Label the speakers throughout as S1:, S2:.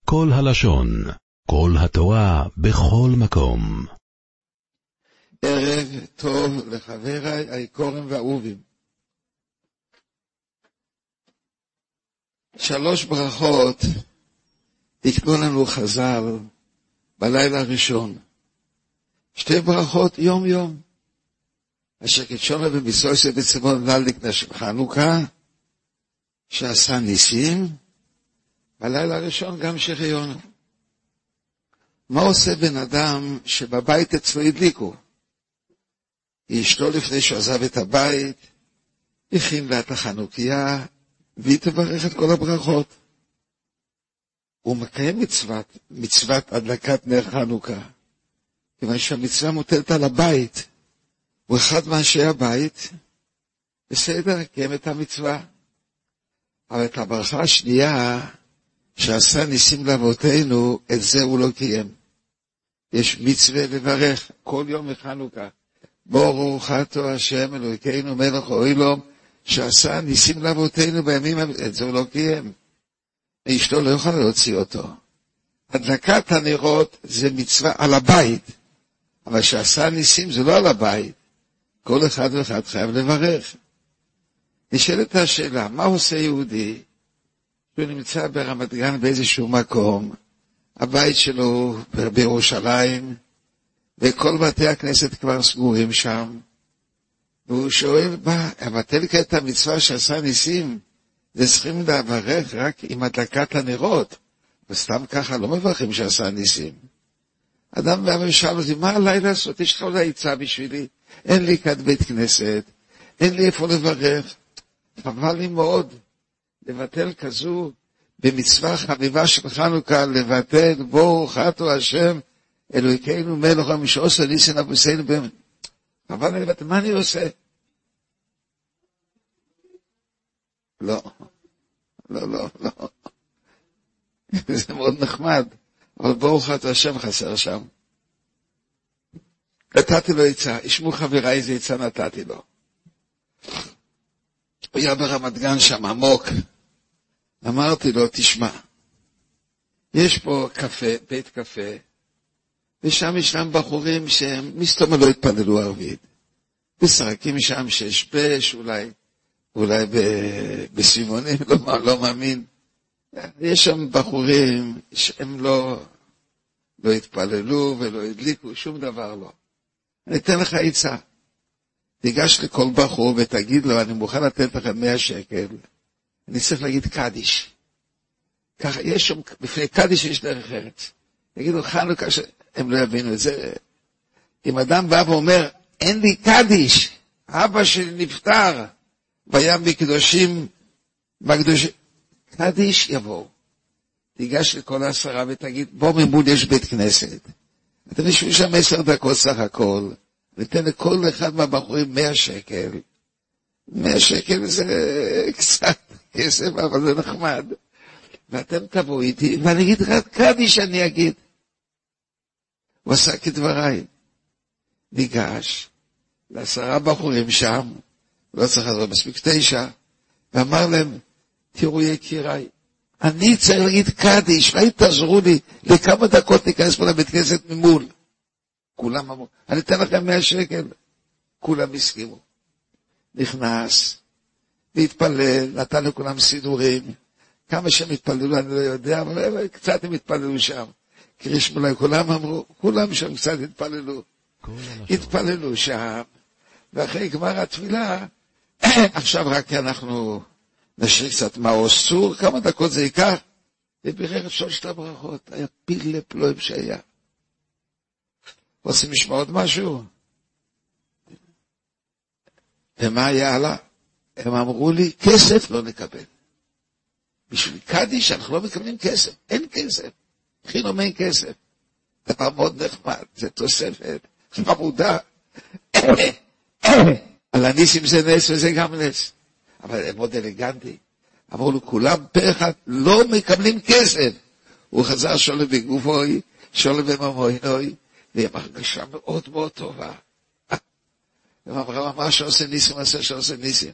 S1: כל הלשון, כל התורה, בכל מקום.
S2: ערב טוב לחבריי היקרים והאהובים. 3 ברכות תקנו לנו חז"ל בלילה הראשון. 2 ברכות יום יום. אשר כתשונה במצוות בצבון להדליק נר של חנוכה, שעשה ניסים, בלילה הראשון גם שהחיינו. מה עושה בן אדם שבבית אצלו הדליקו? אשתו לפני שעזב את הבית, הכין לה את החנוכיה, והיא תברך את כל הברכות. הוא מקיים מצוות הדלקת נר חנוכה, כיוון שהמצווה מוטלת על הבית. הוא אחד מאנשי הבית, בסדר, קיים את המצווה. אבל את הברכה השנייה, שעשה ניסים לאבותינו, את זה הוא לא קיים. יש מצווה לברך כל יום מחנוכה. ברוך אתה השם אלוהינו מלך העולם, שעשה ניסים לאבותינו בימים, את זה הוא לא קיים. אשתו לא יכולה להוציא אותו. הדלקת הנרות זה מצווה על הבית, אבל שעשה ניסים זה לא על הבית. כל אחד ואחד חייב לברך. נשאלת השאלה, מה עושה יהודי שהוא נמצא ברמת גן באיזשהו מקום, הבית שלו בירושלים, וכל בתי הכנסת כבר סגורים שם, והוא שואל, אבל את המצווה שעשה ניסים, זה צריכים לברך רק עם הדלקת הנרות, וסתם ככה לא מברכים שעשה ניסים. אדם בא ושאל אותי, מה עליי לעשות? יש לך אולי עצה בשבילי? אין לי כאן בית כנסת, אין לי איפה לברך. חבל לי מאוד לבטל כזו במצווה חביבה של חנוכה, לבטל ברוך אתה השם אלוהינו מלך העולם שעושה ניסים לאבותינו באמת. חבל לי לבטל, מה אני עושה? לא. זה מאוד נחמד, אבל ברוך אתה השם חסר שם. נתתי לו עצה, ישמעו חבריי איזה עצה נתתי לו. הוא היה ברמת גן שם עמוק. אמרתי לו, תשמע, יש פה קפה, בית קפה, ושם ישנם בחורים שהם מסתום לא התפללו ערבית. משחקים שם שיש בש, אולי בסימונים, לא מאמין. יש שם בחורים שהם לא התפללו ולא הדליקו, שום דבר לא. אני אתן לך עצה. תיגש לכל בחור ותגיד לו, אני מוכן לתת לך 100 שקל. אני צריך להגיד קדיש. ככה, יש שם, בפני קדיש יש דרך ארץ. תגידו, חנוכה, הם לא יבינו את זה. אם אדם בא ואומר, אין לי קדיש, אבא שלי נפטר, והיה מקדושים, קדיש יבוא. תיגש לכל 10 ותגיד, בוא ממול יש בית כנסת. אתם נשאו שם 10 דקות סך הכל. ניתן לכל אחד מהבחורים 100 שקל. 100 שקל זה קצת כסף, אבל זה נחמד. ואתם תבואו איתי, ואני אגיד רק קדיש אני אגיד. הוא עשה כדבריי. ניגש ל10 בחורים שם, לא צריך לעזור מספיק 9, ואמר להם, תראו יקיריי, אני צריך להגיד קדיש, ואי תעזרו לי, לכמה דקות ניכנס פה לבית כנסת ממול. כולם אמרו, אני אתן לכם 100 שקל. כולם הסכימו. נכנס, והתפלל, נתן לכולם סידורים. כמה שהם התפללו, אני לא יודע, אבל קצת הם התפללו שם. קריש מולי, כולם אמרו, כולם שם קצת התפללו. התפללו שם, ואחרי גמר התפילה, עכשיו רק אנחנו נשאיר קצת מעוז צור, כמה דקות זה ייקח, ובירר את 3 הברכות. היה פיל לפלואים שהיה. רוצים לשמוע עוד משהו? ומה היה עלה? הם אמרו לי, כסף לא נקבל. בשביל קדיש אנחנו לא מקבלים כסף, אין כסף. חינום אין כסף. דבר מאוד נחמד, זה תוספת, חמודה. על הניסים זה נס וזה גם נס. אבל הם מאוד אלגנטי. אמרו לו, כולם פה אחד לא מקבלים כסף. הוא חזר שולם בגופוי, שולם בממוינוי, והיא מרגשה מאוד מאוד טובה. אמרה שעושה ניסים, עשה שעושה ניסים.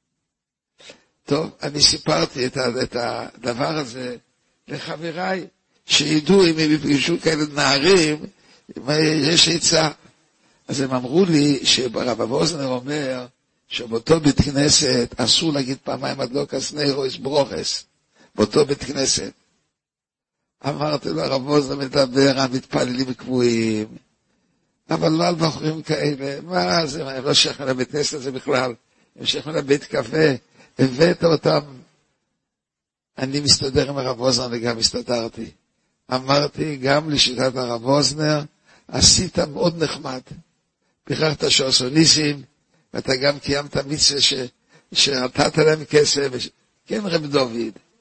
S2: טוב, אני סיפרתי את הדבר הזה לחבריי, שידעו אם הם יפגשו כאלה נערים, יש עצה. אז הם אמרו לי שרב ווזנר אומר, שבאותו בית כנסת אסור להגיד פעמיים הדלוקס נרו ברוכס, באותו בית כנסת. אמרתי לו, הרב ווזנר מדבר על מתפללים קבועים, אבל לא על בחורים כאלה, מה זה, הם לא שייכים לבית כנסת הזה בכלל, הם שייכים לבית קפה, הבאת אותם, אני מסתדר עם הרב ווזנר וגם הסתדרתי. אמרתי, גם לשיטת הרב ווזנר, עשית מאוד נחמד, בירכת שעשו ניסים, ואתה גם קיימת מצווה שנתת להם כסף, כן רב דוד.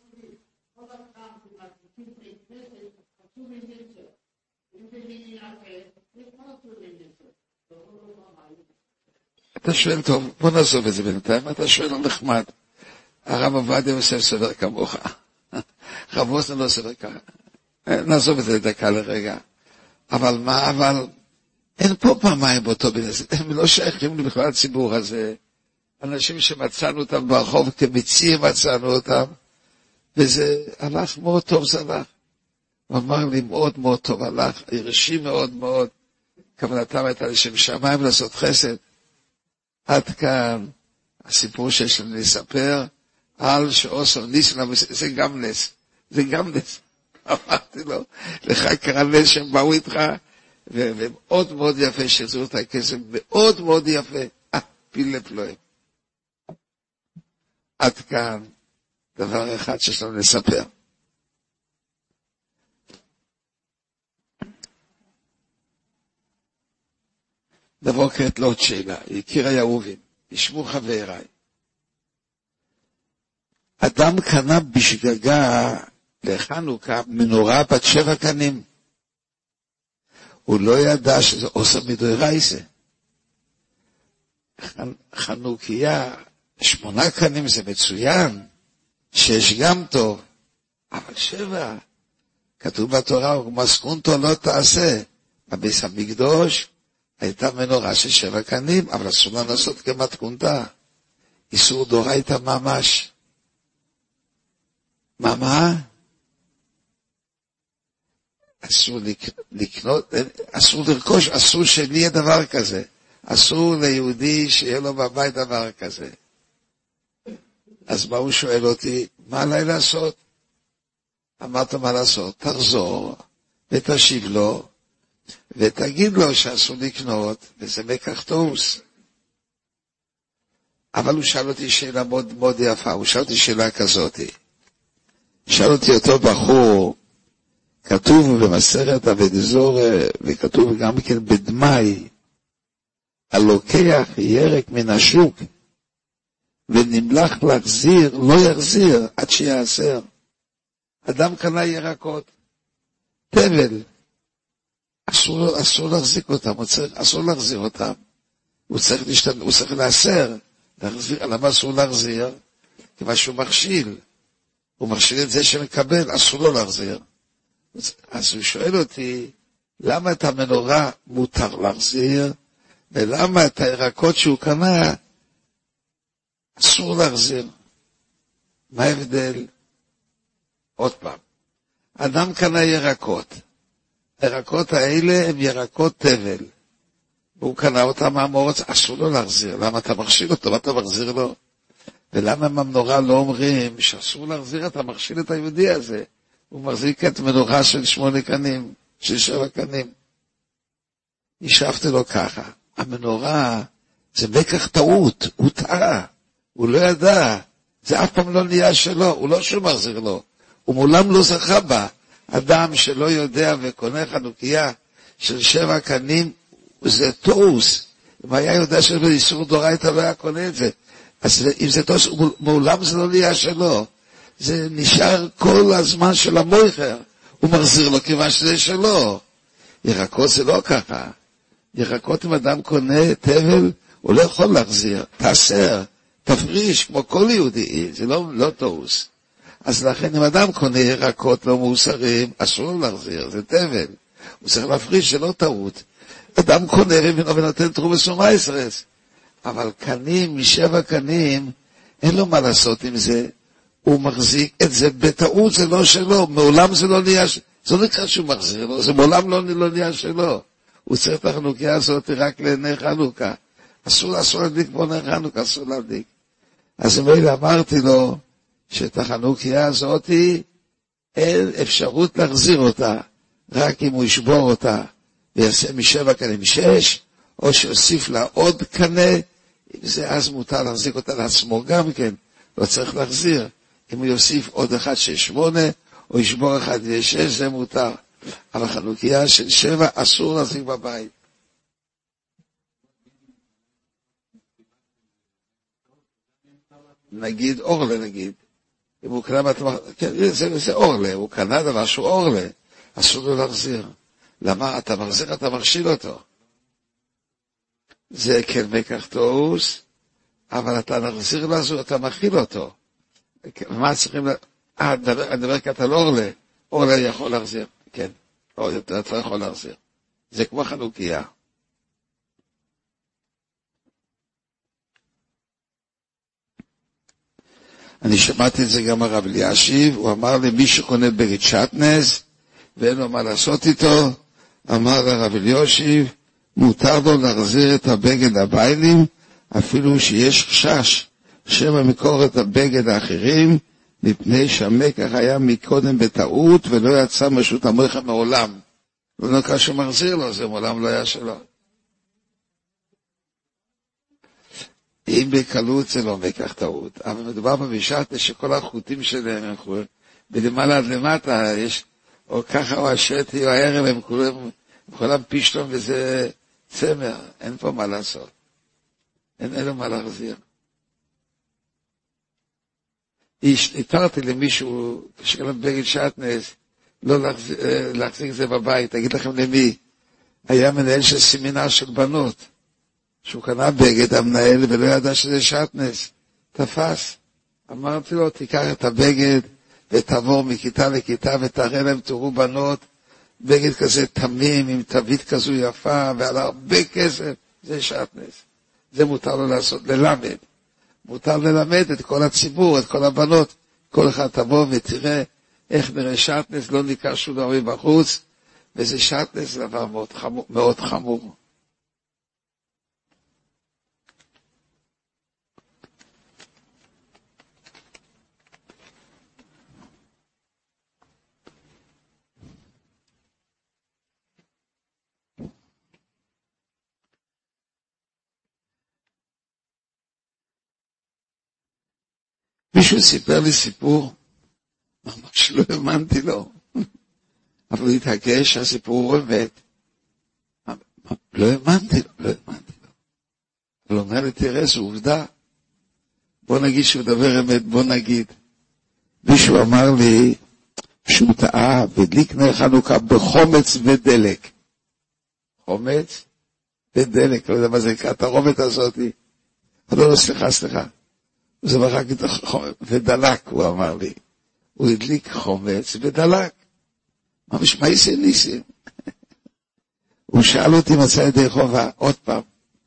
S2: אתה שואל טוב, בוא נעזוב את זה בינתיים, אתה שואל נחמד. הרב עובדיה יוסף סובר כמוך, רב ווזנר לא סובר ככה. נעזוב את זה לדקה לרגע. אבל מה, אבל אין פה פעמיים באותו בית כנסת, הם לא שייכים בכלל לציבור הזה. אנשים שמצאנו אותם ברחוב כמציעים מצאנו אותם, וזה הלך מאוד טוב, זה הלך. הוא אמר לי מאוד מאוד טוב, הלך, הרשים מאוד מאוד, כוונתם הייתה לשם שמיים לעשות חסד. עד כאן הסיפור שיש לנו לספר, על שעושו ניס, זה גם נס, זה גם נס. אמרתי לו, לך קרא נס שהם באו איתך, ומאוד מאוד יפה שזו את הכסף, מאוד מאוד יפה, פיל לפלואים. עד כאן דבר אחד שיש לנו לספר. דבר כעת לא עוד שאלה, יקיר יאהובים, ישמו חבריי. אדם קנה בשגגה לחנוכה מנורה בת 7 קנים. הוא לא ידע שזה עושה מדאורייתא. חנוכיה 8 קנים זה מצוין, 6 גם טוב, אבל 7, כתוב בתורה, ומסכונתו לא תעשה. בבית המקדוש הייתה מנורה של 7 קנים, אבל אסור לה לעשות כמתכונתה. איסור דאורייתא ממש. מה? אסור לקנות, אסור לרכוש, אסור שלי יהיה דבר כזה. אסור ליהודי שיהיה לו בבית דבר כזה. אז מה הוא שואל אותי? מה עליי לעשות? אמרת מה לעשות? תחזור ותשיב לו, ותגיד לו שאסור לקנות, וזה מקח תוס. אבל הוא שאל אותי שאלה מאוד מאוד יפה, הוא שאל אותי שאלה כזאת. שאל אותי אותו בחור, כתוב במסכת אבן זורע, וכתוב גם כן בדמאי, הלוקח ירק מן השוק, ונמלח להחזיר, לא יחזיר עד שיעשר. אדם קנה ירקות, תבל, אסור להחזיק אותם, אסור להחזיר אותם, הוא צריך להסר, למה אסור להחזיר? כיוון שהוא מכשיל, הוא מכשיל את זה שמקבל, אסור לו להחזיר. אז הוא שואל אותי, למה את המנורה מותר להחזיר, ולמה את הירקות שהוא קנה, אסור להחזיר? מה ההבדל? עוד פעם, אדם קנה ירקות, הירקות האלה הם ירקות תבל, והוא קנה אותם מהמורץ, אסור לו להחזיר, למה אתה מכשיל אותו, מה אתה מחזיר לו? ולמה במנורה לא אומרים שאסור להחזיר, אתה מכשיל את היהודי הזה, הוא מחזיק את מנורה של 8 קנים, של 7 קנים. נשאפתי לו ככה, המנורה זה מקח טעות, הוא טעה, הוא לא ידע, זה אף פעם לא נהיה שלו, הוא לא שהוא מחזיר לו, הוא מעולם לא זכה בה. אדם שלא יודע וקונה חנוכיה של 7 קנים, זה טעוס. אם היה יודע שזה איסור דאורייתא לא היה קונה את זה. אז אם זה טעוס, מעולם זה לא נהיה שלו. זה נשאר כל הזמן של המויכר. הוא מחזיר לו כיוון שזה שלו. ירקות זה לא ככה. ירקות אם אדם קונה תבל, הוא לא יכול להחזיר. תאסר, תפריש, כמו כל יהודי. זה לא טעוס. אז לכן אם אדם קונה ירקות לא מאוסרים, אסור לו להחזיר, זה תבל. הוא צריך להפריש, זה לא טעות. אדם קונה ונותן תרומס ומייסרס. אבל קנים, מ7 קנים, אין לו מה לעשות עם זה. הוא מחזיק את זה בטעות, זה לא שלו. מעולם זה לא נהיה, זה לא נקרא שהוא מחזיר לו, זה מעולם לא נהיה שלו. הוא צריך את החנוכיה הזאת רק לנר חנוכה. אסור להדליק כמו נר חנוכה, אסור להדליק. אז מילא אמרתי לו, שאת החנוכיה הזאת אין אפשרות להחזיר אותה, רק אם הוא ישבור אותה, ויעשה מ7 קנה מ6, או שיוסיף לה עוד קנה, אם זה אז מותר להחזיק אותה לעצמו גם כן, לא צריך להחזיר. אם הוא יוסיף עוד 1 של 8, או ישבור 1 ו6, זה מותר. אבל חנוכיה של 7 אסור להחזיק בבית. נגיד אורלה, נגיד. אם הוא קנה, כן, זה אורלה, הוא קנה דבר שהוא אורלה, אסור לו להחזיר. למה? אתה מחזיר, אתה מכשיל אותו. זה כן מקח תאוס, אבל אתה נחזיר לו, אתה מכיל אותו. מה צריכים אני מדבר כאן על אורלה. אורלה יכול להחזיר, כן. אתה יכול להחזיר. זה כמו חנוכיה. אני שמעתי את זה גם הרב אלישיב, הוא אמר לי, מי שקונה בגד שטנז, ואין לו מה לעשות איתו, אמר לרב אלישיב, מותר לו להחזיר את הבגד הביילים, אפילו שיש חשש, שמא מקור את הבגד האחרים, מפני שהמקח היה מקודם בטעות, ולא יצא משות המויך מעולם. לא נקרא שמחזיר לו, זה מעולם לא היה שלו. אם בקלות זה לא מקח טעות, אבל מדובר בבישת שכל החוטים שלהם הם בלמעלה עד למטה, יש, או ככה או השתי או הערב, הם כולם פישטון וזה צמר, אין פה מה לעשות. אין לו מה להחזיר. התרתי למישהו, כשקלם בגד שטנס, לא להחזיק זה בבית, אגיד לכם למי, היה מנהל של סמינר של בנות, שהוא קנה בגד המנהל ולא ידע שזה שטנס, תפס. אמרתי לו, תיקח את הבגד ותעבור מכיתה לכיתה ותראה להם, תראו בנות, בגד כזה תמים עם תווית כזו יפה ועל הרבה כסף, זה שטנס. זה מותר לו לעשות, ללמד. מותר ללמד את כל הציבור, את כל הבנות. כל אחד תבוא ותראה איך נראה שטנס, לא ניכר שום דבר מבחוץ, וזה שטנס דבר מאוד חמור. מישהו סיפר לי סיפור, ממש לא האמנתי לו, אבל הוא התעקש שהסיפור הוא אמת. לא האמנתי לו. הוא אומר לי, תראה, זו עובדה. בוא נגיד שהוא מדבר אמת, בוא נגיד. מישהו אמר לי שהוא טעה והדליק נר חנוכה בחומץ ודלק. חומץ ודלק, לא יודע מה זה נקרא, התרומת הזאת. לא, סליחה. זה רק את החומץ, ודלק, הוא אמר לי. הוא הדליק חומץ ודלק. מה יעשה ניסים? הוא שאל אותי מצא ידי חובה, עוד פעם.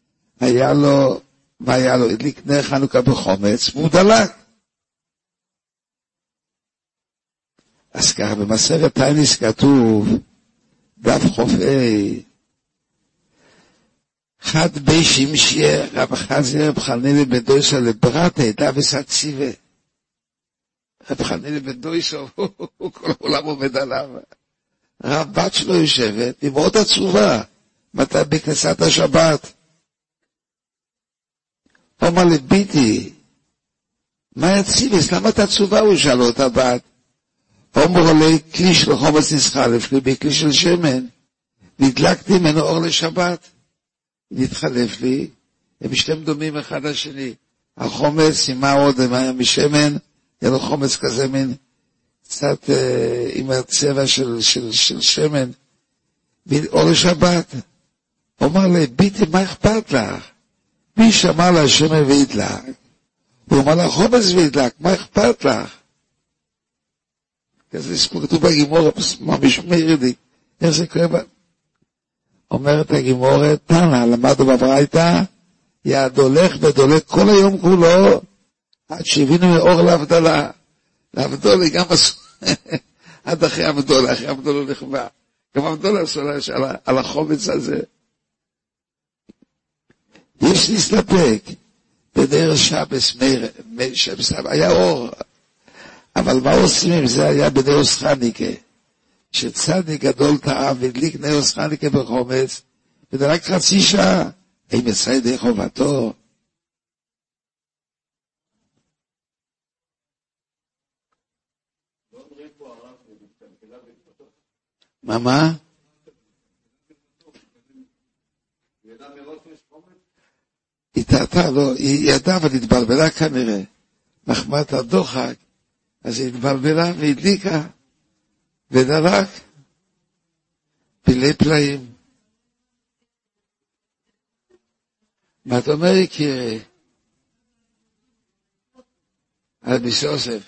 S2: מה היה לו? הדליק נר חנוכה בחומץ, והוא דלק. אז ככה, במסכת תעניס כתוב, דף חופי, חד בי שימשיה, רב חזי רב חנני בדויסו לברטה, דאבס הציבה. רב חנני בדויסו, הוא כל העולם עומד עליו. רב בת שלו יושבת, היא מאוד עצובה, מתי בכנסת השבת. הוא אמר לי, ביתי, מה יציבס, למה את עצובה? הוא שאל אותה בת. הוא אמר לי, כלי של חומץ נסחלף לי, בכלי של שמן. והדלקתי ממנו אור לשבת. נתחלף לי, הם שתיים דומים אחד לשני. החומץ, עם מה עוד, משמן, היה לו חומץ כזה מין, קצת עם הצבע של שמן, אור לשבת. הוא אמר לי, ביתי, מה אכפת לך? מי שמע לה שמן והדלק? הוא אמר לה, חומץ והדלק, מה אכפת לך? כזה סיפור כתוב בגימורה, ממש מאיר לי, איך זה קורה? אומרת הגימורה, תנא, למדנו בברייתא, יעד הולך ודולק כל היום כולו, עד שהבינו מאור להבדלה. להבדולה גם עד אחרי עבדולה, אחרי עבדולה נחבא. גם עבדולה על החומץ הזה. יש להסתפק בדרך שבס, היה אור, אבל מה עושים אם זה היה בנאוס חניקה, שצדיק גדול טעה והדליק נאוס חניקה בחומץ, וזה רק חצי שעה, האם יצא ידי חובתו? מה? היא טעתה, לא, היא ידעה, אבל התבלבלה כנראה. מחמת הדוחק, אז היא התבלבלה והדליקה, ודלק, פילי פלאים. מה אתה אומר, יקירי? על ביסוסף.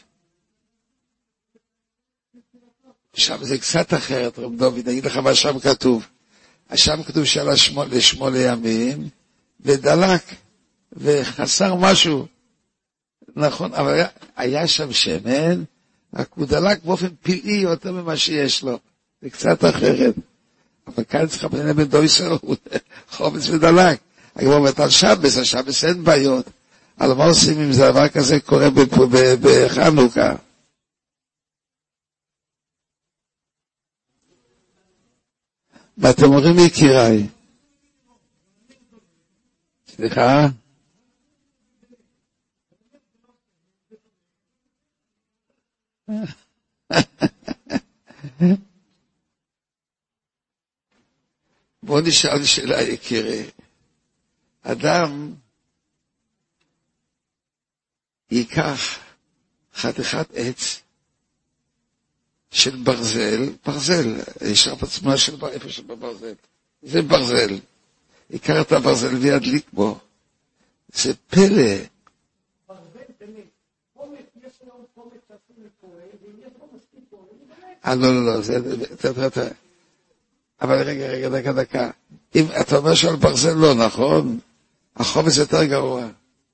S2: שם זה קצת אחרת, רב דוד, נגיד לך מה שם כתוב. שם כתוב שעלה ל8 ימים, ודלק, וחסר משהו. נכון, אבל היה שם שמן, רק הוא דלק באופן פלאי יותר ממה שיש לו. זה קצת אחרת. אבל כאן צריך בני בן דויסר, הוא חומץ ודלק. הגמרא אומרת על שבס, השבס אין בעיות. על מה עושים אם זה דבר כזה קורה בחנוכה? מה אתם אומרים יקיריי? סליחה? בוא נשאל שאלה יקירי. אדם ייקח חתיכת עץ של ברזל, יש רק עצמה של איפה של ברזל, זה ברזל, ייקח את הברזל וידליק בו, זה פלא. לא, זה, אבל רגע, דקה, אם אתה אומר שעל ברזל לא, נכון? החומץ יותר גרוע.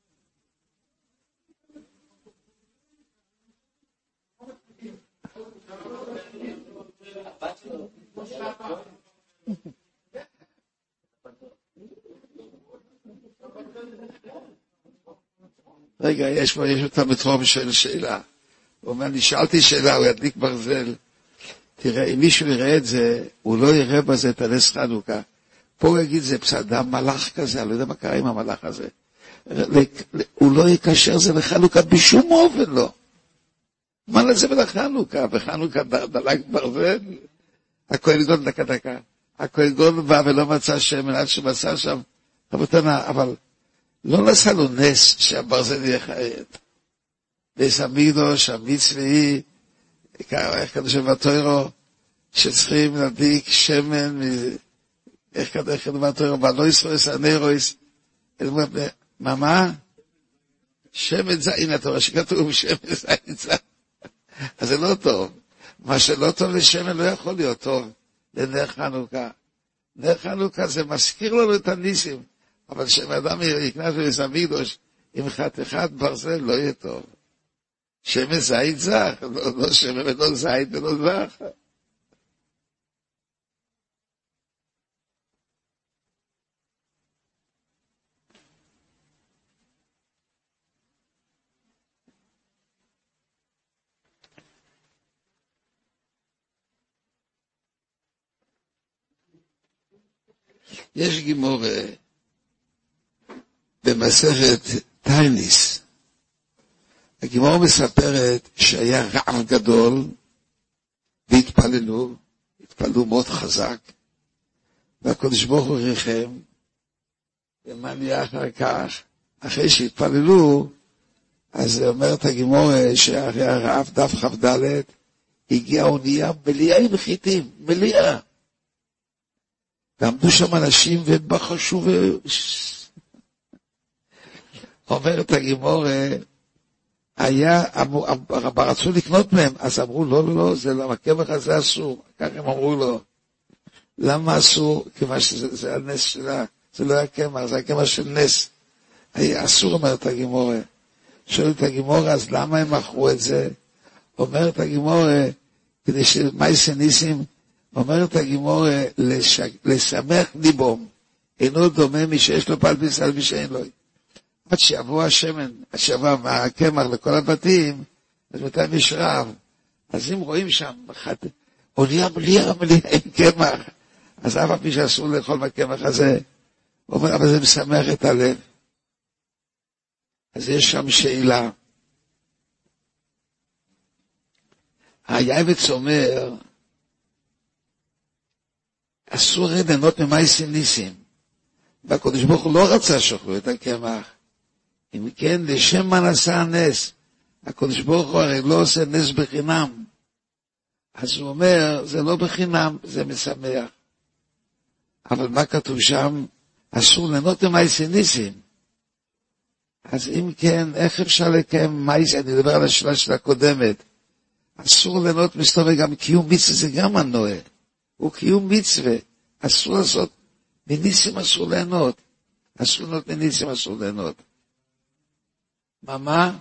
S2: רגע, יש אותה מתרום של שאלה. הוא אומר, אני שאלתי שאלה, הוא ידליק ברזל. תראה, אם מישהו יראה את זה, הוא לא יראה בזה את הנס חנוכה. פה הוא יגיד, זה פסדם מלאך כזה, אני לא יודע מה קרה עם המלאך הזה. הוא לא יקשר זה לחנוכה בשום אופן לא. מה לזה לחנוכה? בחנוכה דלק ברזל? הכהן גדול דקה. הכהן גדול בא ולא מצא שמן עד שמצא שם. אבל לא נעשה לו נס שהברזל יהיה חיית. נס המקדוש, המצווי, איך קדוש בתורה, שצריכים להדליק שמן, איך קדוש בתורה, בנויסרויס, הנרויס, מה? שמן זין, אתה רואה שכתוב שמן זין, אז זה לא טוב. מה שלא טוב לשמן לא יכול להיות טוב לנר חנוכה. נר חנוכה זה מזכיר לנו את הניסים, אבל כשאדם יקנס בנס המקדוש עם חתיכת ברזל לא יהיה טוב. שמן זית זך, לא שמן ולא זית ולא זך. יש גימורה במסכת תייניס. הגימורה מספרת שהיה רעב גדול והתפללו מאוד חזק, והקדוש ברוך הוא ריחם, ומניע אחר כך, אחרי שהתפללו, אז אומרת הגימורה שאחרי הרעב דף כ"ד הגיעה אונייה מלאה עם חיטים, מלאה. ועמדו שם אנשים ובחשו אומרת הגימורה, רצו לקנות מהם, אז אמרו לא, זה למה הקמח הזה אסור. כך הם אמרו לו, למה אסור? כיוון שזה הנס שלה, זה לא היה קמח, זה היה קמח של נס. היה אסור, אומרת הגימורה. שואלת הגימורה, אז למה הם מכרו את זה? אומרת הגימורה, כדי שמעשה ניסים, אומרת הגימור, לשמח ליבום, אינו דומה מי שיש לו פעל בישראל מי שאין לו. עד שיבוא השמן, עד שיבוא הקמח לכל הבתים, אז מתי יש רב. אז אם רואים שם, אוניה מלאה אין קמח, אז אף פי שאסור לאכול מהקמח הזה, הוא אומר, אבל זה משמח את הלב. אז יש שם שאלה. היעבץ אומר, אסור ליהנות ממעשים ניסים. והקדוש ברוך הוא לא רצה שאוכלו את הקמח. אם כן, לשם מה נעשה הנס? הקדוש ברוך הוא הרי לא עושה נס בחינם. אז הוא אומר, זה לא בחינם, זה משמח. אבל מה כתוב שם? אסור ליהנות ממעשים ניסים. אז אם כן, איך אפשר לקיים מעשים? אני מדבר על השאלה של הקודמת. אסור ליהנות מסתובב, גם קיום מצווה זה גם הנועה. הוא קיום מצווה. אסור לעשות, מניסים אסור ליהנות. אסור ליהנות מניסים אסור ליהנות. מה?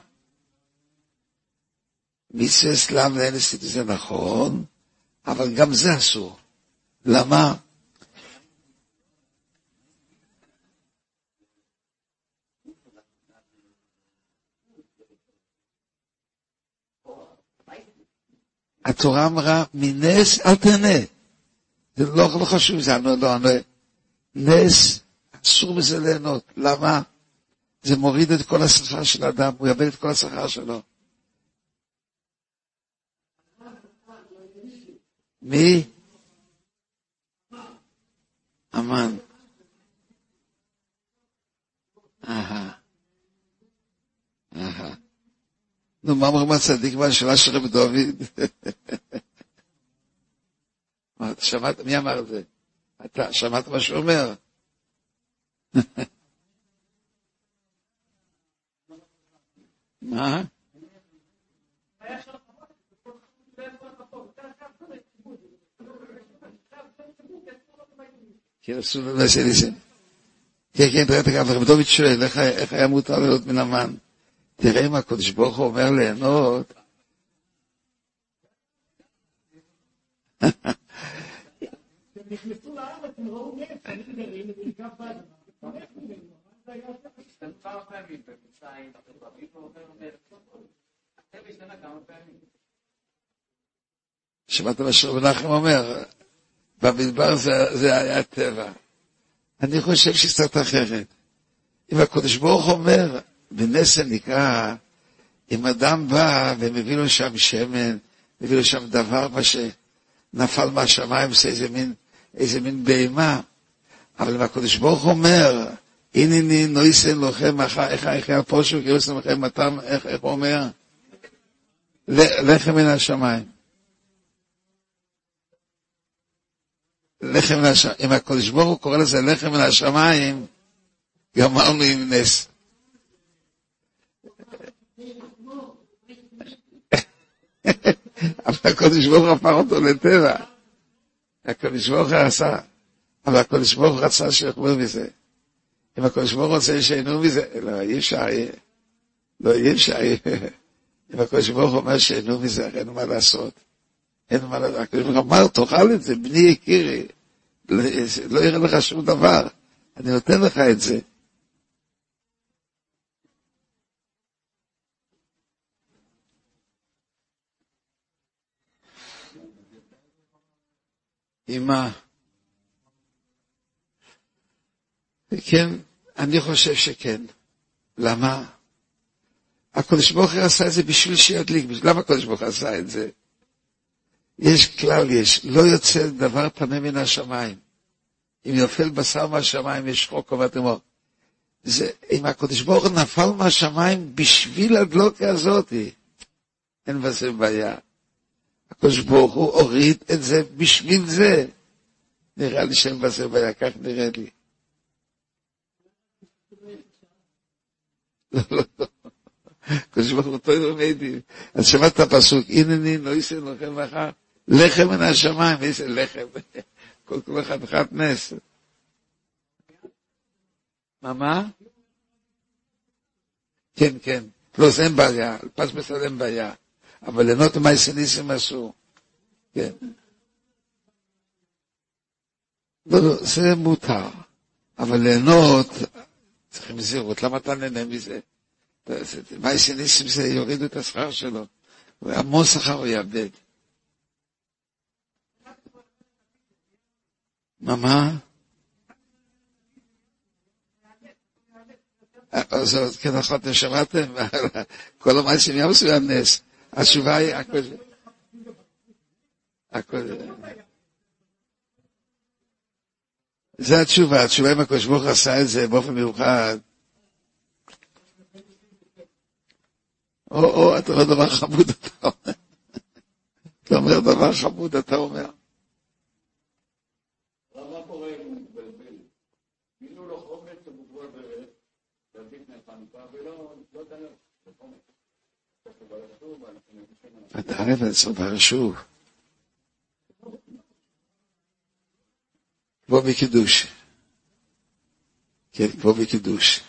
S2: מצווה סלאם לאנסית זה נכון, אבל גם זה אסור. למה? התורה אמרה, מנס אל תהנה. זה לא חשוב, זה לא נס, אסור בזה ליהנות. למה? זה מוריד את כל השכר של האדם, הוא יאבד את כל השכר שלו. מי? אמן. נו, מה אמרו מהצדיק מהשאלה של רב דוד? שמעת, מי אמר את זה? אתה שמעת מה שהוא אומר? מה? כן, עשו לו נעשה ניסים. כן, תראה את הכף, רב דוד שואל, איך היה מותר ליהנות מן המן? תראה אם הקדוש ברוך הוא אומר ליהנות.
S3: נכנסו לארץ, הם ראו נס, אני מדברים, וכיכב באדם. כמה פעמים, במצרים, ברבים, השתנה כמה פעמים.
S2: שמעת מה שרב נחם אומר, במדבר זה היה טבע. אני חושב שקצת אחרת. אם הקדוש ברוך אומר, בנס נקרא, אם אדם בא ומביא לו שם שמן, מביא לו שם דבר מה שנפל מהשמיים, עושה איזה מין בהמה, אבל אם הקדוש ברוך אומר, הנני נויסן לכם, איך הפושו קירוסן לכם, איך הוא אומר? לחם מן השמיים. לחם מן השמיים. אם הקדוש ברוך הוא קורא לזה לחם מן השמיים, גמרנו עם נס. אבל הקדוש ברוך הוא הפך אותו לטבע. הקדוש ברוך הוא עשה, אבל הקדוש ברוך הוא רצה שיחמור מזה. אם הקדוש ברוך הוא רוצה שיהנו מזה, לא, אי אפשר. אם הקדוש ברוך הוא אומר שיהנו מזה, אין מה לעשות. הקדוש ברוך הוא אמר, תאכל את זה, בני יקירי, לא יראה לך שום דבר, אני נותן לך את זה. אמא, כן, אני חושב שכן. למה? הקדוש ברוך הוא עשה את זה בשביל שידליק. למה הקדוש ברוך הוא עשה את זה? יש כלל, לא יוצא דבר פנה מן השמיים. אם יופל בשר מהשמיים, יש חוק קובע תמור. אם הקדוש ברוך הוא נפל מהשמיים בשביל הדלוקה הזאת, אין בזה בעיה. הקדוש ברוך הוא הוריד את זה בשביל זה. נראה לי שאין בזה בעיה, כך נראה לי. לא. הקדוש ברוך הוא טוב ומיידים. אז שמעת את הפסוק, הנני נויסן לכם מחר, לחם מן השמיים, איזה לחם. כל אחד נס. מה? כן. לא, זה אין בעיה, פס בסד אין בעיה. אבל ליהנות מעשים ניסים אסור. כן. לא, זה מותר. אבל ליהנות, צריכים זהירות. למה אתה נהנה מזה? מה שניסים זה יורידו את השכר שלו. המון שכר הוא יאבד. מה? אז כן, נכון, אתם שמעתם? כל המעשים יעשו הנס. התשובה היא הכל. זה התשובה אם הקדוש ברוך הוא עשה את זה באופן מיוחד. אתה אומר דבר חמוד, אתה אומר. אתה אומר דבר חמוד, אתה אומר.
S3: מה קורה אם הוא מבלבל? מינו לו חומץ ומוגבר להזיק מהחנוכה, ולא דנה בחומץ.
S2: אתה ערב את זה ברשוב. כמו בקידוש. כן, כמו בקידוש.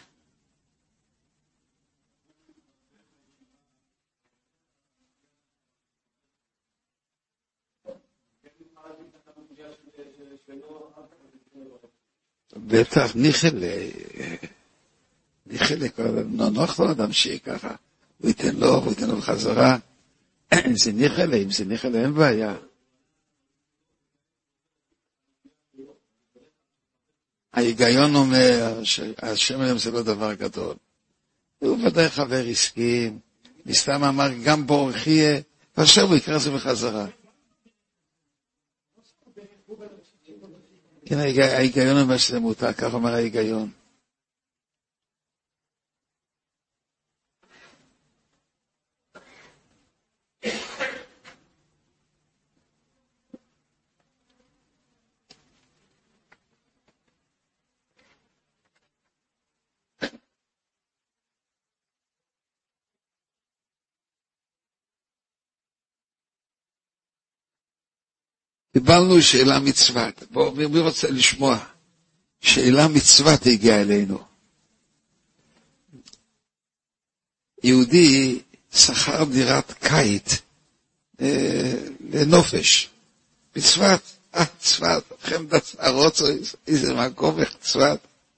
S2: בטח, ניחלה, נוח לו אדם שיהיה ככה, הוא ייתן לו בחזרה, אם זה ניחלה, אין בעיה. ההיגיון אומר שהשם אליהם זה לא דבר גדול. הוא ודאי חבר הסכים, מסתם אמר גם באורך יהיה, ועכשיו הוא יקרא זה בחזרה. כן, ההיגיון אומר שזה מותר, כך אומר ההיגיון. קיבלנו שאלה מצוות. בואו, מי רוצה לשמוע? שאלה מצוות הגיעה אלינו. יהודי שכר דירת קית לנופש. בצוות, צוות, חמדת הרוצו, איזה מקום, איך צוות.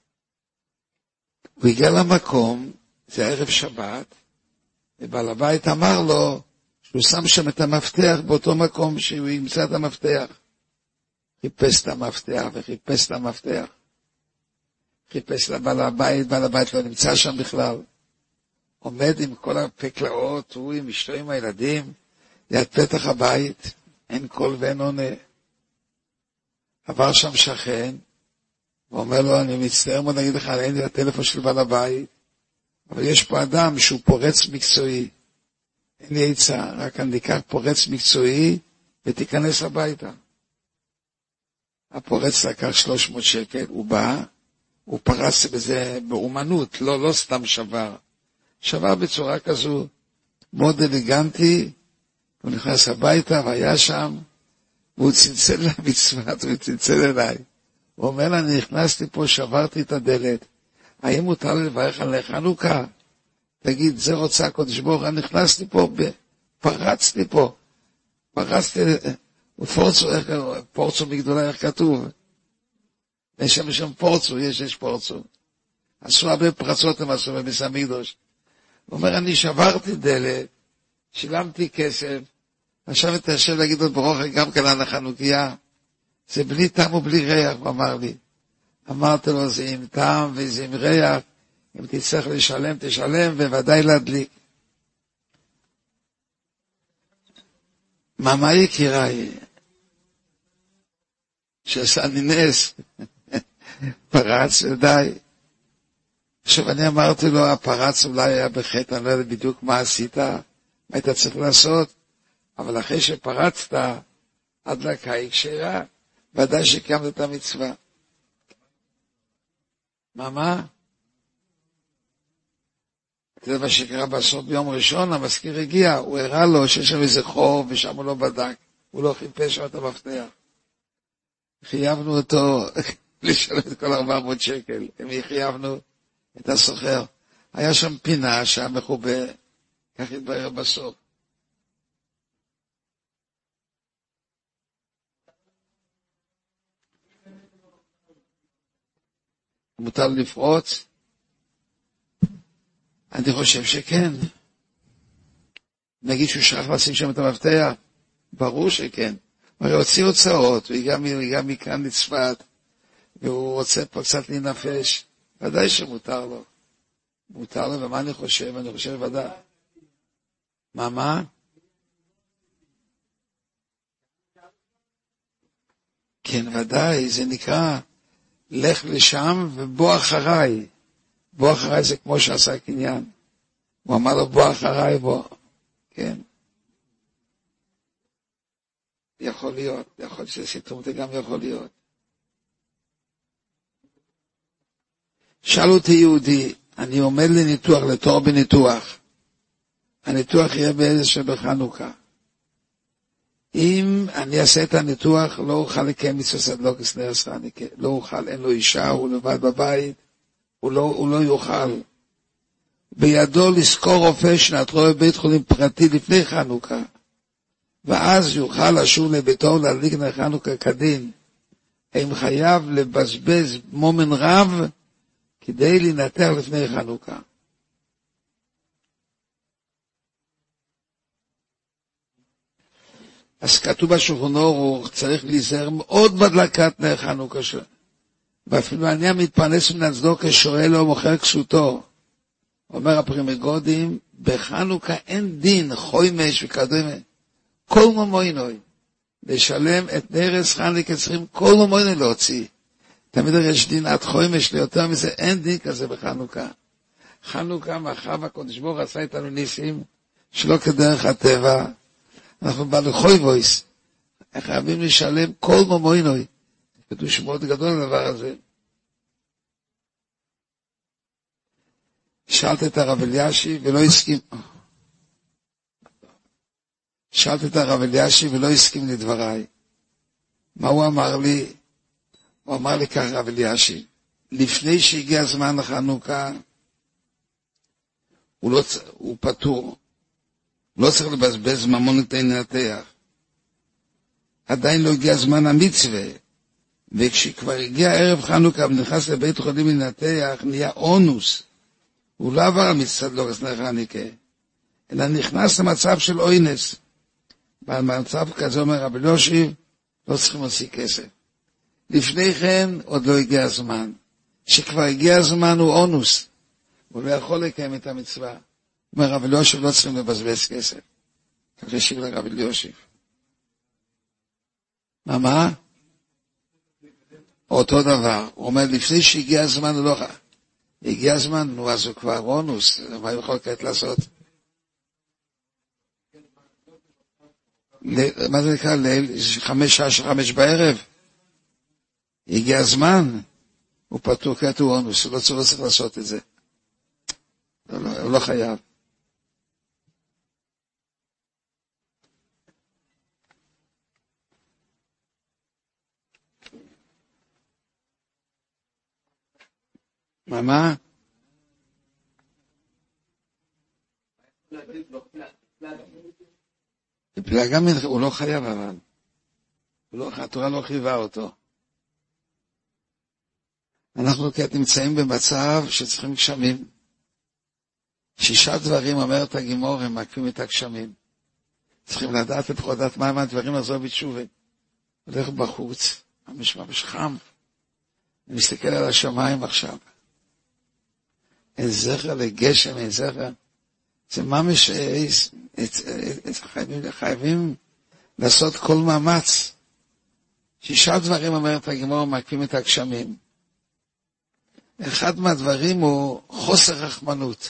S2: הוא הגיע למקום, זה ערב שבת, ובעל הבית אמר לו, שהוא שם שם את המפתח באותו מקום שהוא ימצא את המפתח. חיפש את המפתח וחיפש את המפתח. חיפש לבעל הבית, בעל הבית לא נמצא שם בכלל. עומד עם כל הפקלאות, הוא עם אשתו עם הילדים, ליד פתח הבית, אין קול ואין עונה. עבר שם שכן, ואומר לו, אני מצטער מאוד להגיד לך, אין לי הטלפון של בעל הבית, אבל יש פה אדם שהוא פורץ מקצועי. אין לי עצה, רק אני אקח פורץ מקצועי ותיכנס הביתה. הפורץ לקח 300 שקל, הוא בא, הוא פרץ בזה באומנות, לא סתם שבר. שבר בצורה כזו, מאוד אליגנטי, הוא נכנס הביתה והיה שם, והוא צלצל למצוות, הוא צלצל אליי. הוא אומר לה, אני נכנסתי פה, שברתי את הדלת, האם מותר לי לברך על חנוכה? תגיד, זה רוצה הקדוש ברוך הוא, אני נכנסתי פה, פרצתי פה, פורצו בגדולה, איך כתוב? יש שם פורצו, יש פורצו. עשו הרבה פרצות, הם עשו בביס המקדוש. הוא אומר, אני שברתי דלת, שילמתי כסף, עכשיו אתה יושב להגיד עוד ברוך גם כאן על החנוכיה, זה בלי טעם ובלי ריח, הוא אמר לי. אמרתי לו, זה עם טעם וזה עם ריח, אם תצטרך לשלם, תשלם, וודאי להדליק. מה יקיריי? שעשה לי נס, פרץ ודי. עכשיו אני אמרתי לו, הפרץ אולי היה בחטא, אני לא יודע בדיוק מה עשית, מה היית צריך לעשות, אבל אחרי שפרצת, הדלקה היא כשרה, ודאי שקיימת את המצווה. מה? זה מה שקרה בסוף ביום ראשון, המזכיר הגיע, הוא הראה לו שיש שם איזה חור, ושם הוא לא בדק, הוא לא חיפש שם את המפתח. חייבנו אותו לשלם את כל 400 שקל, חייבנו את הסוחר. היה שם פינה שהיה מחובה, כך התברר בסוף. מותר לפרוץ? אני חושב שכן. נגיד שהוא שכח לשים שם את המפתח? ברור שכן. הוא הוציא הוצאות, הוא הגיע מכאן לצפת, והוא רוצה פה קצת להינפש. ודאי שמותר לו. מותר לו, ומה אני חושב? אני חושב ודאי. מה? כן, ודאי, זה נקרא לך לשם ובוא אחריי. בוא אחריי זה כמו שעשה קניין. הוא אמר לו בוא אחריי, בוא. כן. יכול להיות שסיתום זה גם יכול להיות. שאל אותי יהודי, אני עומד לניתוח, לתור בניתוח. הניתוח יהיה באיזה שבחנוכה. אם אני אעשה את הניתוח, לא אוכל לקיים מצוות סדלוקס נרס חנוכה. לא אוכל, אין לו אישה, הוא לבד בבית, הוא לא יוכל. בידו לזכור רופא שנתרו בבית חולים פרטי לפני חנוכה. ואז יוכל לשוב לביתו להדליק נר חנוכה כדין. הם חייב לבזבז מומן רב כדי לנתח לפני חנוכה. אז כתוב בשולחן ערוך, צריך להיזהר מאוד בהדלקת נר חנוכה שלו. ואפילו אני המתפרנס מן הצדוקה שואל לו מוכר כסותו. אומר הפרימגודים, בחנוכה אין דין, חומש וכדומה. כל ממוינוי. לשלם את נרס חנוכה צריכים כל ממוינוי להוציא. תמיד יש דין עד חומש ליותר מזה, אין דין כזה בחנוכה. חנוכה מאחר והקדוש ברוך הוא עשה איתנו ניסים, שלא כדרך הטבע. אנחנו בעלי וויס. חייבים לשלם כל ממוינוי. קדוש מאוד גדול הדבר הזה. שאלת את הרב אלישיב ולא הסכים לדבריי. מה הוא אמר לי? הוא אמר לי כך, הרב אלישיב, לפני שהגיע הזמן לחנוכה, הוא פטור. לא צריך לבזבז ממון כדי לנתח. עדיין לא הגיע זמן המצווה. וכשכבר הגיע ערב חנוכה ונכנס לבית חולים לנתח, נהיה אונוס. הוא לא עבר המצוות לא נר חנוכה, אלא נכנס למצב של אוינס. במצב כזה אומר רבי אלישיב, לא צריכים להוציא כסף. לפני כן עוד לא הגיע הזמן. שכבר הגיע הזמן הוא אונוס. הוא לא יכול לקיים את המצווה. אומר רבי אלישיב לא צריכים לבזבז כסף. כך ישיב לרבי אלישיב. מה? אותו דבר. הוא אומר לפני שהגיע הזמן הוא לא... הגיע הזמן, נו, אז הוא כבר אונוס, מה הוא יכול כעת לעשות? מה זה נקרא? ליל 5 בערב? הגיע הזמן, הוא פטור כעת הוא אונוס, הוא לא צריך לעשות את זה. הוא לא חייב. מה? פלגה הוא לא חייב אבל. התורה לא חייבה אותו. אנחנו כעת נמצאים במצב שצריכים גשמים. 6 דברים אומרת הגימור, הם מעכבים את הגשמים. צריכים לדעת לפחות מה הדברים לעזור בתשובה. הולך בחוץ, ממש חם. אני מסתכל על השמיים עכשיו. אין זכר לגשם, אין זכר. זה ממש חייבים לעשות כל מאמץ. 6 דברים אומרת הגימור מעכבים את הגשמים. אחד מהדברים הוא חוסר רחמנות.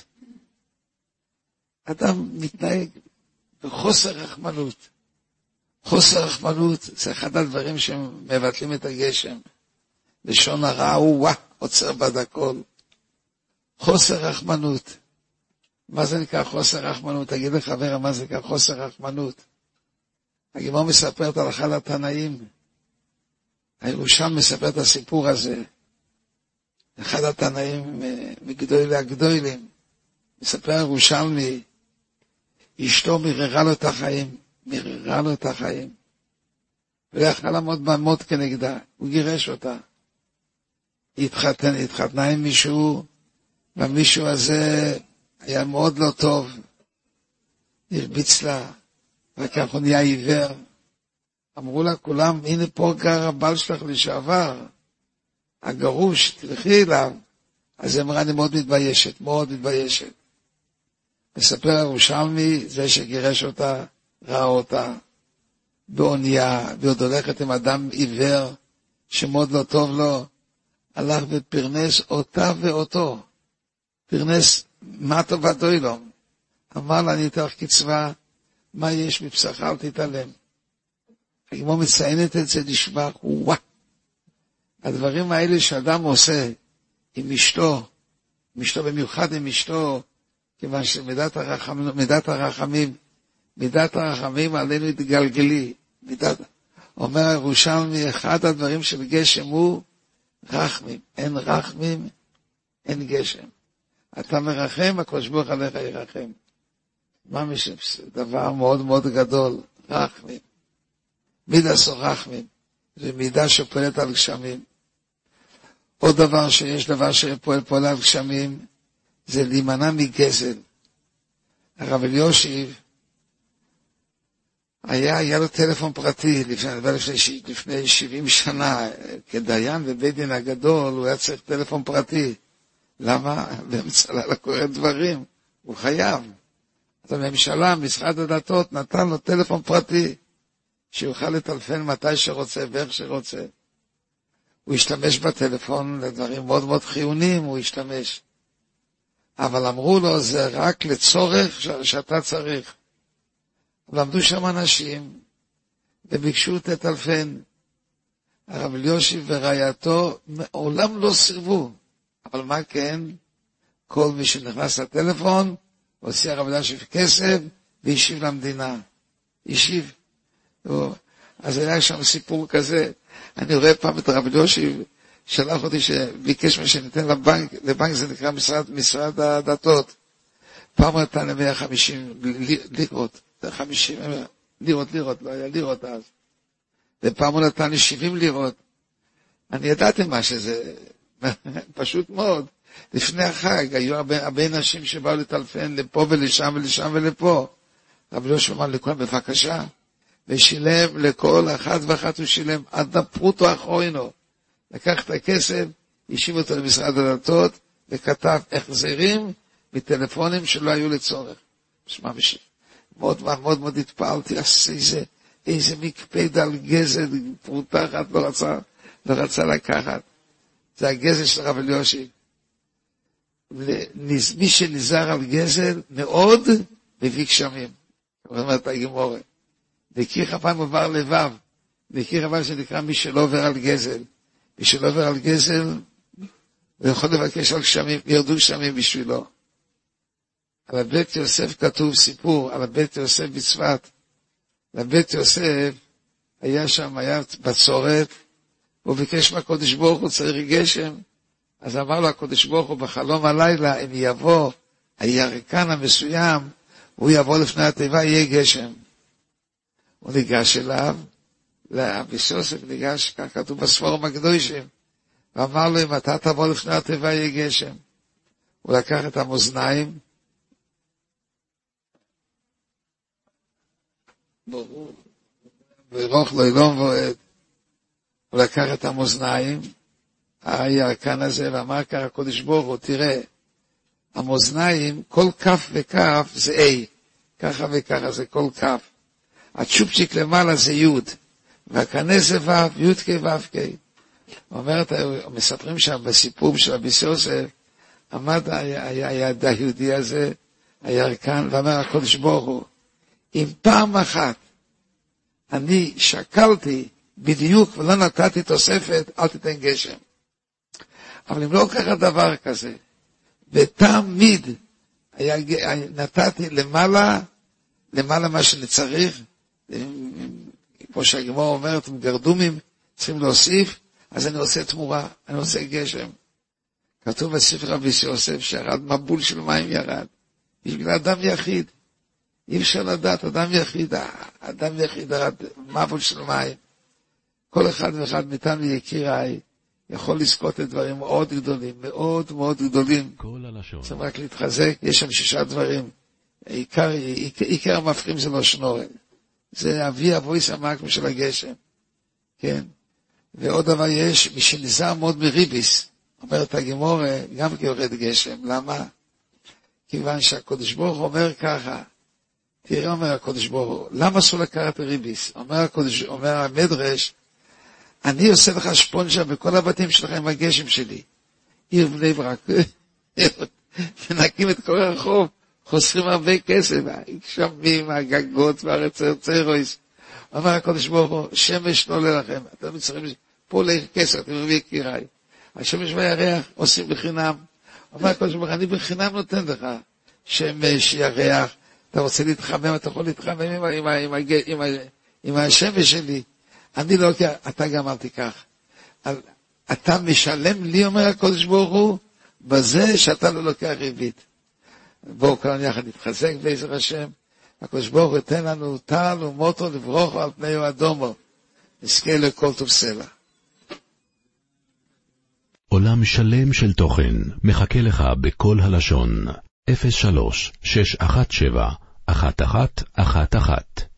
S2: אדם מתנהג בחוסר רחמנות. חוסר רחמנות זה אחד הדברים שמבטלים את הגשם. לשון הרע הוא עוצר בד הכל. חוסר רחמנות. מה זה נקרא חוסר רחמנות? תגיד לחבר, מה זה נקרא חוסר רחמנות? הגימור מספרת על אחד התנאים. הירושלמי מספר את הסיפור הזה. אחד התנאים מגדולי הגדולים. מספר הירושלמי, אשתו מררה לו את החיים. ולא יכל לעמוד בעמוד כנגדה. הוא גירש אותה. התחתנה עם מישהו, והמישהו הזה היה מאוד לא טוב, הרביץ לה, וכך הוא נהיה עיוור. אמרו לה כולם, הנה פה גר הבעל שלך לשעבר, הגרוש, תלכי אליו. אז היא אמרה, אני מאוד מתביישת, מאוד מתביישת. מספר ירושלמי, זה שגירש אותה, ראה אותה באונייה, ועוד הולכת עם אדם עיוור, שמאוד לא טוב לו, הלך ופרנס אותה ואותו, פרנס מה טובת אוילום. אמר לה, אני אתן לך קצבה, מה יש מבשרך, אל תתעלם. כמו מציינת את זה לשבח, וואו. הדברים האלה שאדם עושה עם אשתו, במיוחד עם אשתו, כיוון שמידת הרחמים עלינו התגלגלי. אומר ירושלמי, אחד הדברים של גשם הוא רחמים. אין רחמים, אין גשם. אתה מרחם, הקדוש ברוך הוא עליך ירחם. ממש דבר מאוד מאוד גדול, רחמים. מידס או רחמים, זה מידה שפועלת על גשמים. עוד דבר שיש דבר שפועל על גשמים, זה להימנע מגזל. הרב אליושיב, היה לו טלפון פרטי לפני 70 שנה, כדיין בבית דין הגדול, הוא היה צריך טלפון פרטי. למה? באמצע לילה קורה דברים, הוא חייב. אז הממשלה, משרד הדתות, נתן לו טלפון פרטי, שיוכל לטלפן מתי שרוצה ואיך שרוצה. הוא השתמש בטלפון לדברים מאוד מאוד חיוניים, הוא השתמש. אבל אמרו לו, זה רק לצורך שאתה צריך. ועמדו שם אנשים, וביקשו תטלפן. הרב אליושיב ורעייתו מעולם לא סירבו. אבל מה כן? כל מי שנכנס לטלפון, הוציא הרב אליושיב כסף, והשיב למדינה. השיב. אז היה שם סיפור כזה, אני רואה פעם את הרב אליושיב, שלח אותי שביקש מה שניתן לבנק זה נקרא משרד הדתות. פעם נתן ל-150 לירות, 50 לירות, לא היה לירות אז. ופעם הוא נתן לי 70 לירות. אני ידעתי מה שזה, פשוט מאוד. לפני החג היו הרבה נשים שבאו לטלפן לפה ולשם ולשם ולפה. הרב אליושיב אמר לכולם בבקשה, ושילם לכל אחת ואחת הוא שילם עד הפרוטו האחרונו. לקח את הכסף, השיב אותו למשרד הדתות, וכתב החזרים מטלפונים שלא היו לצורך. שמע משיב. מאוד מאוד מאוד התפעלתי, איזה מקפד על גזל, פרוטה אחת לא רצה לקחת. זה הגזל של הרב אליושיב. מי שנזהר על גזל מאוד מביא גשמים. אומרת הגמרא. וכי חפיים עובר לבב. וכי חפיים שנקרא מי שלא עובר על גזל. מי שלא עובר על גזל, הוא יכול לבקש על גשמים, ירדו גשמים בשבילו. על הבית יוסף כתוב סיפור, על הבית יוסף בצפת. לבית יוסף היה שם, היה בצורת, הוא ביקש מהקודש ברוך הוא צריך גשם. אז אמר לו הקודש ברוך הוא בחלום הלילה, אם יבוא הירקן המסוים, הוא יבוא לפני התיבה, יהיה גשם. הוא ניגש אליו, לאביס יוסף ניגש, כך כתוב בספורם הקדושים, ואמר לו, אם אתה תבוא לפני התיבה, יהיה גשם. הוא לקח את המאזניים, ורוך לו אילום ועד, הוא לקח את המאזניים, הירקן הזה, ואמר כך הקודש ברוך הוא, תראה, המאזניים, כל כף וכף זה A, ככה וככה זה כל כף. הצ'ופצ'יק למעלה זה י' והכנס זה ו', י' כ' ו' כ'. מספרים שם בסיפור של אביס יוסף, עמד היד היהודי הזה, הירקן, ואמר הקודש ברוך הוא, אם פעם אחת אני שקלתי בדיוק ולא נתתי תוספת, אל תיתן גשם. אבל אם לא ככה דבר כזה, ותמיד נתתי למעלה מה שאני צריך, כמו שהגמרא אומרת, עם גרדומים צריכים להוסיף, אז אני עושה תמורה, אני עושה גשם. כתוב בספר אביס יוסף שירד מבול של מים ירד, בשביל אדם יחיד, אי אפשר לדעת, אדם יחיד ירד מבול של מים. כל אחד ואחד מאיתנו יקיריי, יכול לזכות לדברים מאוד גדולים, מאוד מאוד גדולים.
S1: כל הלשון.
S2: צריך רק להתחזק, יש שם 6 דברים. עיקר המפכים זה לא שנורן. זה אבי אבויס המקום של הגשם. כן? ועוד דבר יש, מי שנזהר מאוד מריביס, אומרת הגמורה, גם כי יורד גשם. למה? כיוון שהקדוש ברוך הוא אומר ככה, תראה, אומר הקדוש ברוך הוא, למה אסור לקחת ריביס? אומר המדרש, אני עושה לך שפונג'ה בכל הבתים שלך עם הגשם שלי. עיר בני ברק, מנקים את כל הרחוב, חוסכים הרבה כסף, הגשמים, הגגות והרצרצרויס. אומר הקדוש ברוך הוא, שמש לא עולה לכם, אתם צריכים, פה עולה כסף, אתם מביא קיריי. השמש והירח עושים בחינם. אומר הקדוש ברוך הוא, אני בחינם נותן לך, שמש, ירח, אתה רוצה להתחמם, אתה יכול להתחמם עם השמש שלי. אני לא לוקח, אתה גם אל תיקח. אתה משלם לי, אומר הקדוש ברוך הוא, בזה שאתה לא לוקח ריבית. בואו כאן יחד נתחזק בעזר השם. הקדוש ברוך הוא ייתן לנו טל ומוטו לברוכו על פני אדומו. נזכה לכל טוב סלע.
S1: עולם שלם של תוכן מחכה לך בכל הלשון. 03-617-1111